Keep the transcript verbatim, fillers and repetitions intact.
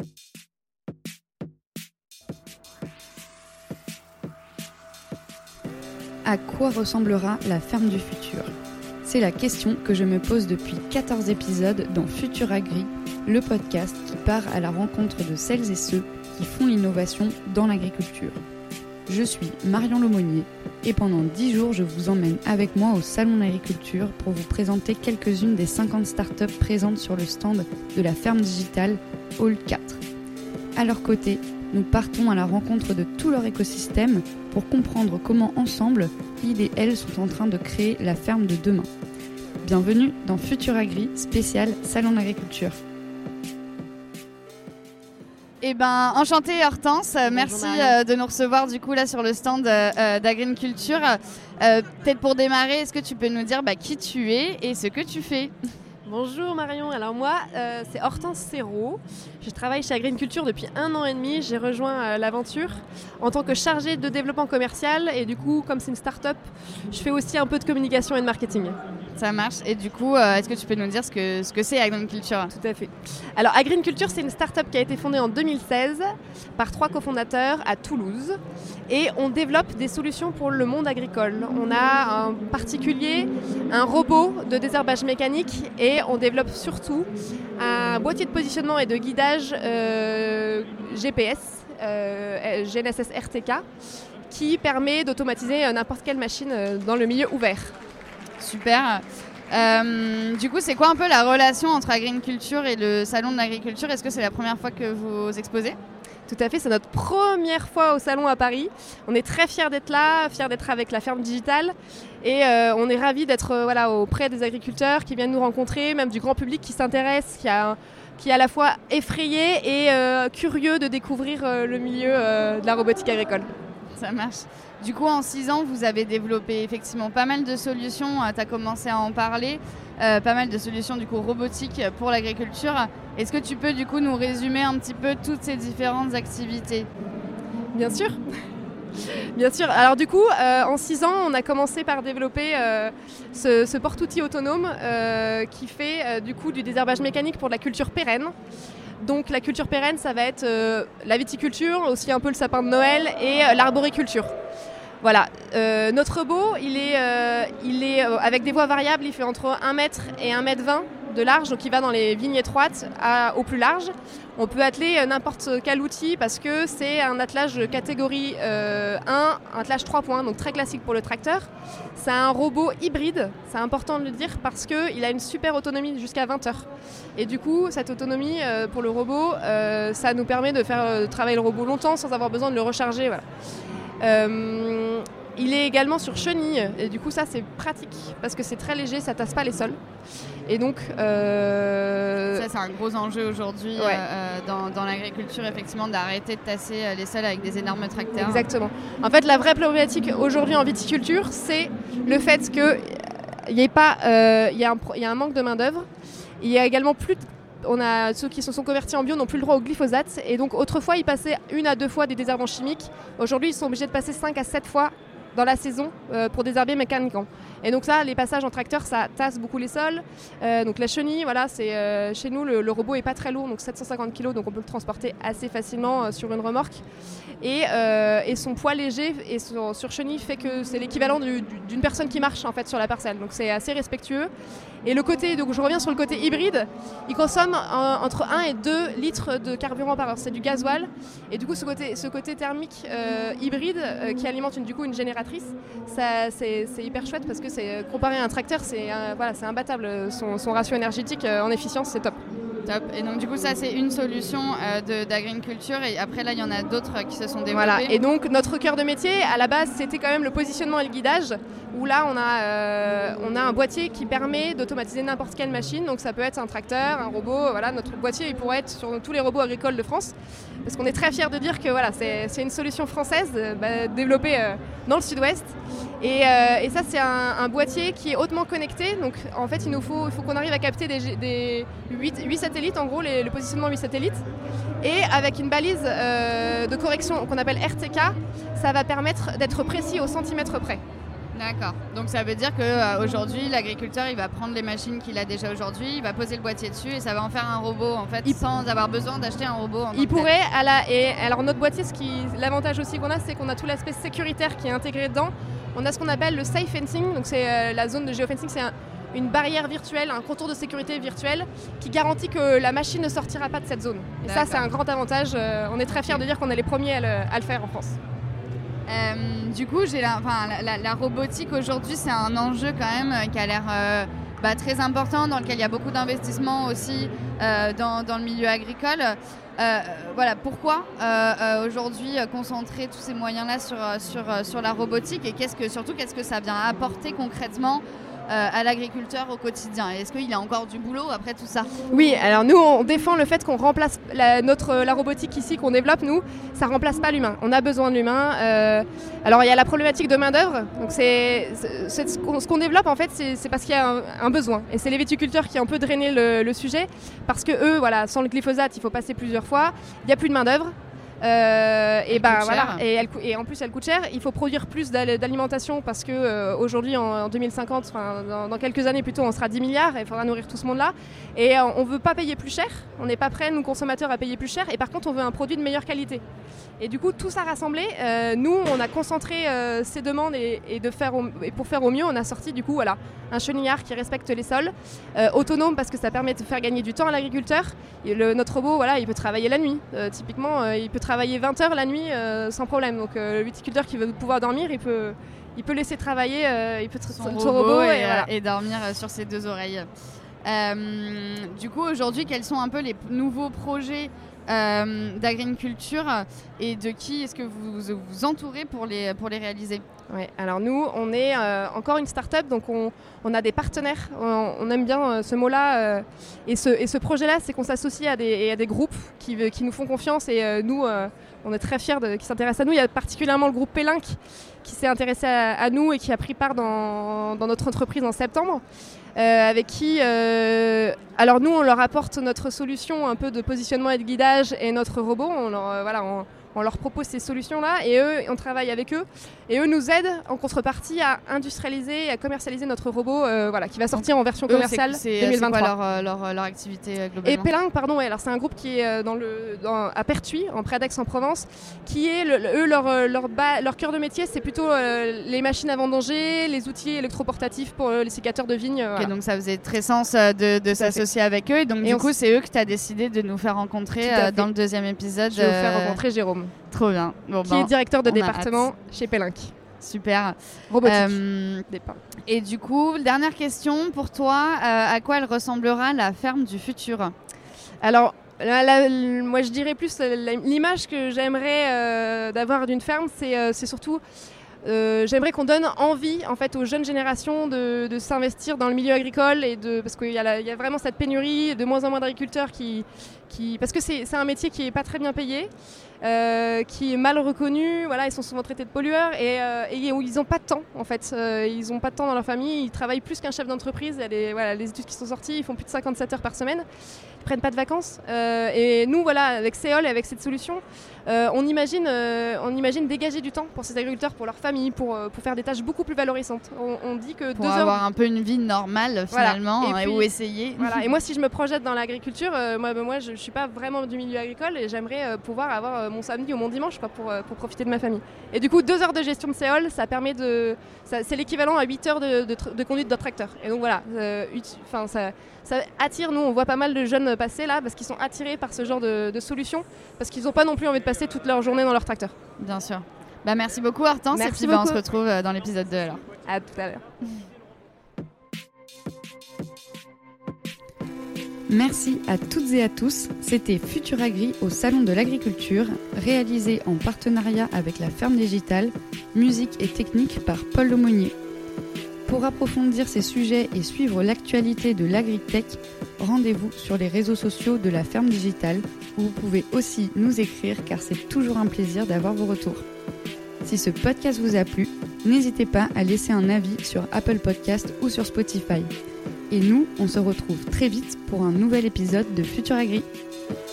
À quoi ressemblera la ferme du futur ? C'est la question que je me pose depuis quatorze épisodes dans Futur Agri, le podcast qui part à la rencontre de celles et ceux qui font l'innovation dans l'agriculture. Je suis Marion Lomonier et pendant dix jours, je vous emmène avec moi au Salon d'Agriculture pour vous présenter quelques-unes des cinquante startups présentes sur le stand de la ferme digitale Hall quatre. À leur côté, nous partons à la rencontre de tout leur écosystème pour comprendre comment ensemble, ils et elles sont en train de créer la ferme de demain. Bienvenue dans Futur Agri, spécial Salon d'Agriculture. Eh ben, enchantée Hortense, Bonjour merci Marion. euh, de nous recevoir du coup là sur le stand euh, d'Agriculture. Euh, peut-être pour démarrer, est-ce que tu peux nous dire bah, qui tu es et ce que tu fais ? Bonjour Marion, alors moi euh, c'est Hortense Serrault, je travaille chez Agriculture depuis un an et demi, j'ai rejoint euh, l'aventure en tant que chargée de développement commercial et du coup comme c'est une start-up, je fais aussi un peu de communication et de marketing. Ça marche, et du coup euh, est-ce que tu peux nous dire ce que, ce que c'est Agriculture ? Tout à fait. Alors Agriculture c'est une start-up qui a été fondée en deux mille seize par trois cofondateurs à Toulouse et on développe des solutions pour le monde agricole. On a en particulier un robot de désherbage mécanique et on développe surtout un boîtier de positionnement et de guidage euh, G P S, euh, G N S S R T K, qui permet d'automatiser n'importe quelle machine dans le milieu ouvert. Super. Euh, du coup, c'est quoi un peu la relation entre Agriculture et le Salon de l'Agriculture ? Est-ce que c'est la première fois que vous exposez ? Tout à fait, c'est notre première fois au salon à Paris. On est très fiers d'être là, fiers d'être avec la ferme digitale et euh, on est ravis d'être euh, voilà, auprès des agriculteurs qui viennent nous rencontrer, même du grand public qui s'intéresse, qui, a, qui est à la fois effrayé et euh, curieux de découvrir euh, le milieu euh, de la robotique agricole. Ça marche. Du coup, en six ans, vous avez développé effectivement pas mal de solutions. Tu as commencé à en parler. Euh, pas mal de solutions du coup robotiques pour l'agriculture. Est-ce que tu peux du coup nous résumer un petit peu toutes ces différentes activités ? Bien sûr. Bien sûr. Alors du coup, euh, en six ans, on a commencé par développer euh, ce, ce porte-outil autonome euh, qui fait euh, du coup du désherbage mécanique pour de la culture pérenne. Donc la culture pérenne, ça va être euh, la viticulture, aussi un peu le sapin de Noël et euh, l'arboriculture. Voilà, euh, notre robot, il est, euh, il est euh, avec des voies variables, il fait entre un mètre et un mètre vingt de large, donc il va dans les vignes étroites à, au plus large. On peut atteler euh, n'importe quel outil parce que c'est un attelage catégorie euh, un, un attelage trois points, donc très classique pour le tracteur. C'est un robot hybride, c'est important de le dire parce qu'il a une super autonomie jusqu'à vingt heures. Et du coup, cette autonomie euh, pour le robot, euh, ça nous permet de faire euh, travailler le robot longtemps sans avoir besoin de le recharger. Voilà. Euh, il est également sur chenille et du coup ça c'est pratique parce que c'est très léger, ça tasse pas les sols et donc euh... ça c'est un gros enjeu aujourd'hui ouais. euh, dans, dans l'agriculture effectivement d'arrêter de tasser les sols avec des énormes tracteurs. Exactement. En fait la vraie problématique aujourd'hui en viticulture c'est le fait que il y ait pas euh, il y a un il y a un manque de main d'œuvre. Il y a également plus de On a ceux qui se sont convertis en bio n'ont plus le droit au glyphosate et donc autrefois ils passaient une à deux fois des désherbants chimiques. Aujourd'hui ils sont obligés de passer cinq à sept fois dans la saison euh, pour désherber mécaniquement. Et donc ça, les passages en tracteur, ça tasse beaucoup les sols. Euh, donc la chenille, voilà, c'est euh, chez nous le, le robot est pas très lourd, donc sept cent cinquante kilos, donc on peut le transporter assez facilement euh, sur une remorque. Et, euh, et son poids léger et son, sur chenille fait que c'est l'équivalent du, du, d'une personne qui marche en fait sur la parcelle. Donc c'est assez respectueux. Et le côté, donc je reviens sur le côté hybride, il consomme en, entre un et deux litres de carburant par heure. C'est du gasoil. Et du coup, ce côté, ce côté thermique euh, hybride euh, qui alimente une, du coup une génératrice, ça, c'est, c'est hyper chouette parce que c'est, comparé à un tracteur, c'est, euh, voilà, c'est imbattable. Son, son ratio énergétique euh, en efficience, c'est top. Top. Et donc du coup ça c'est une solution euh, de, d'Agriculture et après là il y en a d'autres qui se sont développées. Voilà. Et donc notre cœur de métier à la base c'était quand même le positionnement et le guidage où là on a, euh, on a un boîtier qui permet d'automatiser n'importe quelle machine, donc ça peut être un tracteur, un robot, voilà, notre boîtier il pourrait être sur tous les robots agricoles de France parce qu'on est très fiers de dire que voilà, c'est, c'est une solution française euh, bah, développée euh, dans le sud-ouest et, euh, et ça c'est un, un boîtier qui est hautement connecté, donc en fait il nous faut, il faut qu'on arrive à capter des, des huit, huit satellites, en gros les, le positionnement huit satellites et avec une balise euh, de correction qu'on appelle R T K, ça va permettre d'être précis au centimètre près. D'accord. Donc ça veut dire qu'aujourd'hui, euh, l'agriculteur, il va prendre les machines qu'il a déjà aujourd'hui, il va poser le boîtier dessus et ça va en faire un robot en fait, il sans p- avoir besoin d'acheter un robot. En il pourrait, à la, et alors notre boîtier, ce qui, l'avantage aussi qu'on a, c'est qu'on a tout l'aspect sécuritaire qui est intégré dedans. On a ce qu'on appelle le safe fencing, donc c'est euh, la zone de géofencing, c'est un, une barrière virtuelle, un contour de sécurité virtuel qui garantit que la machine ne sortira pas de cette zone. Et D'accord. ça, c'est un grand avantage. Euh, on est très fiers de dire qu'on est les premiers à le, à le faire en France. Euh, du coup, j'ai la, enfin, la, la, la robotique aujourd'hui, c'est un enjeu quand même euh, qui a l'air euh, bah, très important, dans lequel il y a beaucoup d'investissements aussi euh, dans, dans le milieu agricole. Euh, voilà, pourquoi euh, euh, aujourd'hui euh, concentrer tous ces moyens-là sur, sur, sur la robotique et qu'est-ce que, surtout qu'est-ce que ça vient apporter concrètement Euh, à l'agriculteur au quotidien? Est-ce qu'il a encore du boulot après tout ça? Oui, alors nous on défend le fait qu'on remplace la, notre, la robotique ici qu'on développe, nous, ça remplace pas l'humain. On a besoin de l'humain. Euh, alors il y a la problématique de main d'œuvre. Donc c'est, c'est, c'est ce, qu'on, ce qu'on développe en fait, c'est, c'est parce qu'il y a un, un besoin. Et c'est les viticulteurs qui ont un peu drainé le, le sujet parce que eux, voilà, sans le glyphosate, il faut passer plusieurs fois. Il y a plus de main d'œuvre. Euh, et, ben, voilà, et, elle, et en plus elle coûte cher. Il faut produire plus d'alimentation parce que euh, aujourd'hui en, en deux mille cinquante, dans, dans quelques années plutôt, on sera dix milliards et il faudra nourrir tout ce monde là. Et euh, on veut pas payer plus cher, on n'est pas prêts nous consommateurs à payer plus cher, et par contre on veut un produit de meilleure qualité. Et du coup tout ça rassemblé, euh, nous on a concentré euh, ces demandes et, et, de faire au, et pour faire au mieux on a sorti du coup voilà, un chenillard qui respecte les sols, euh, autonome parce que ça permet de faire gagner du temps à l'agriculteur. Et le, notre robot voilà, il peut travailler la nuit, euh, typiquement euh, il peut travailler vingt heures la nuit euh, sans problème. Donc euh, le viticulteur qui veut pouvoir dormir, il peut, il peut laisser travailler euh, il peut son, son, son robot, robot et, et, voilà. et dormir sur ses deux oreilles. Euh, du coup aujourd'hui, quels sont un peu les nouveaux projets euh, d'agriculture et de qui est-ce que vous vous entourez pour les, pour les réaliser? Ouais, alors nous, on est euh, encore une start-up, donc on, on a des partenaires, on, on aime bien euh, ce mot-là. Euh, et, ce, et ce projet-là, c'est qu'on s'associe à des, à des groupes qui, qui nous font confiance et euh, nous, euh, on est très fiers de, qu'ils s'intéressent à nous. Il y a particulièrement le groupe Pélinck qui s'est intéressé à, à nous et qui a pris part dans, dans notre entreprise en septembre. Euh, avec qui, euh, alors nous, on leur apporte notre solution un peu de positionnement et de guidage et notre robot. On leur, euh, voilà, on, on leur propose ces solutions-là et eux, on travaille avec eux. Et eux nous aident en contrepartie à industrialiser et à commercialiser notre robot euh, voilà, qui va sortir en version commerciale eux, c'est, deux mille vingt-trois. C'est quoi leur, leur, leur activité euh, globalement? Et Pélinck, pardon, ouais, alors c'est un groupe qui est dans le, dans, à Pertuis, en près d'Aix-en-Provence, qui est, le, eux, leur, leur, bas, leur cœur de métier, c'est plutôt euh, les machines à vendanger, les outils électroportatifs pour euh, les sécateurs de vignes. Okay, voilà. donc ça faisait très sens de, de s'associer avec eux. Et donc et du coup, s... c'est eux que tu as décidé de nous faire rencontrer euh, dans le deuxième épisode. Je vais vous faire rencontrer Jérôme. Trop bien. Bon, qui ben, est directeur de département chez Pélinck. Super. Robotique. Euh, et du coup, dernière question pour toi. Euh, à quoi elle ressemblera la ferme du futur? Alors, la, la, moi je dirais plus la, l'image que j'aimerais euh, d'avoir d'une ferme, c'est, euh, c'est surtout... Euh, j'aimerais qu'on donne envie en fait aux jeunes générations de, de s'investir dans le milieu agricole et de parce qu'il y a, la, il y a vraiment cette pénurie, de moins en moins d'agriculteurs qui, qui parce que c'est, c'est un métier qui est pas très bien payé, euh, qui est mal reconnu. Voilà, ils sont souvent traités de pollueurs et, euh, et ils ont pas de temps en fait. Euh, ils ont pas de temps dans leur famille. Ils travaillent plus qu'un chef d'entreprise. Il y a les, voilà, les études qui sont sorties, ils font plus de cinquante-sept heures par semaine. Ils prennent pas de vacances. Euh, et nous voilà, avec Seol et avec cette solution, euh, on imagine, euh, on imagine dégager du temps pour ces agriculteurs, pour leur famille, pour, pour faire des tâches beaucoup plus valorisantes. On, on dit que pour deux avoir heures... un peu une vie normale finalement, voilà. et puis, ou essayer. Voilà. Et moi, si je me projette dans l'agriculture, euh, moi, moi, je, je suis pas vraiment du milieu agricole et j'aimerais euh, pouvoir avoir euh, mon samedi ou mon dimanche quoi, pour, euh, pour profiter de ma famille. Et du coup, deux heures de gestion de Seol, ça permet de, ça, c'est l'équivalent à huit heures de, de, de conduite d'un tracteur. Et donc voilà, euh, enfin ça. Ça attire, nous on voit pas mal de jeunes passer là parce qu'ils sont attirés par ce genre de, de solutions parce qu'ils n'ont pas non plus envie de passer toute leur journée dans leur tracteur. Bien sûr. Bah, merci beaucoup Hortense et puis bah, on se retrouve dans l'épisode deux alors. À tout à l'heure. Merci à toutes et à tous. C'était Futur Agri au Salon de l'Agriculture, réalisé en partenariat avec la Ferme Digitale, musique et technique par Paul Lemonnier. Pour approfondir ces sujets et suivre l'actualité de l'agritech, rendez-vous sur les réseaux sociaux de la Ferme Digitale où vous pouvez aussi nous écrire car c'est toujours un plaisir d'avoir vos retours. Si ce podcast vous a plu, n'hésitez pas à laisser un avis sur Apple Podcast ou sur Spotify. Et nous, on se retrouve très vite pour un nouvel épisode de Futur Agri.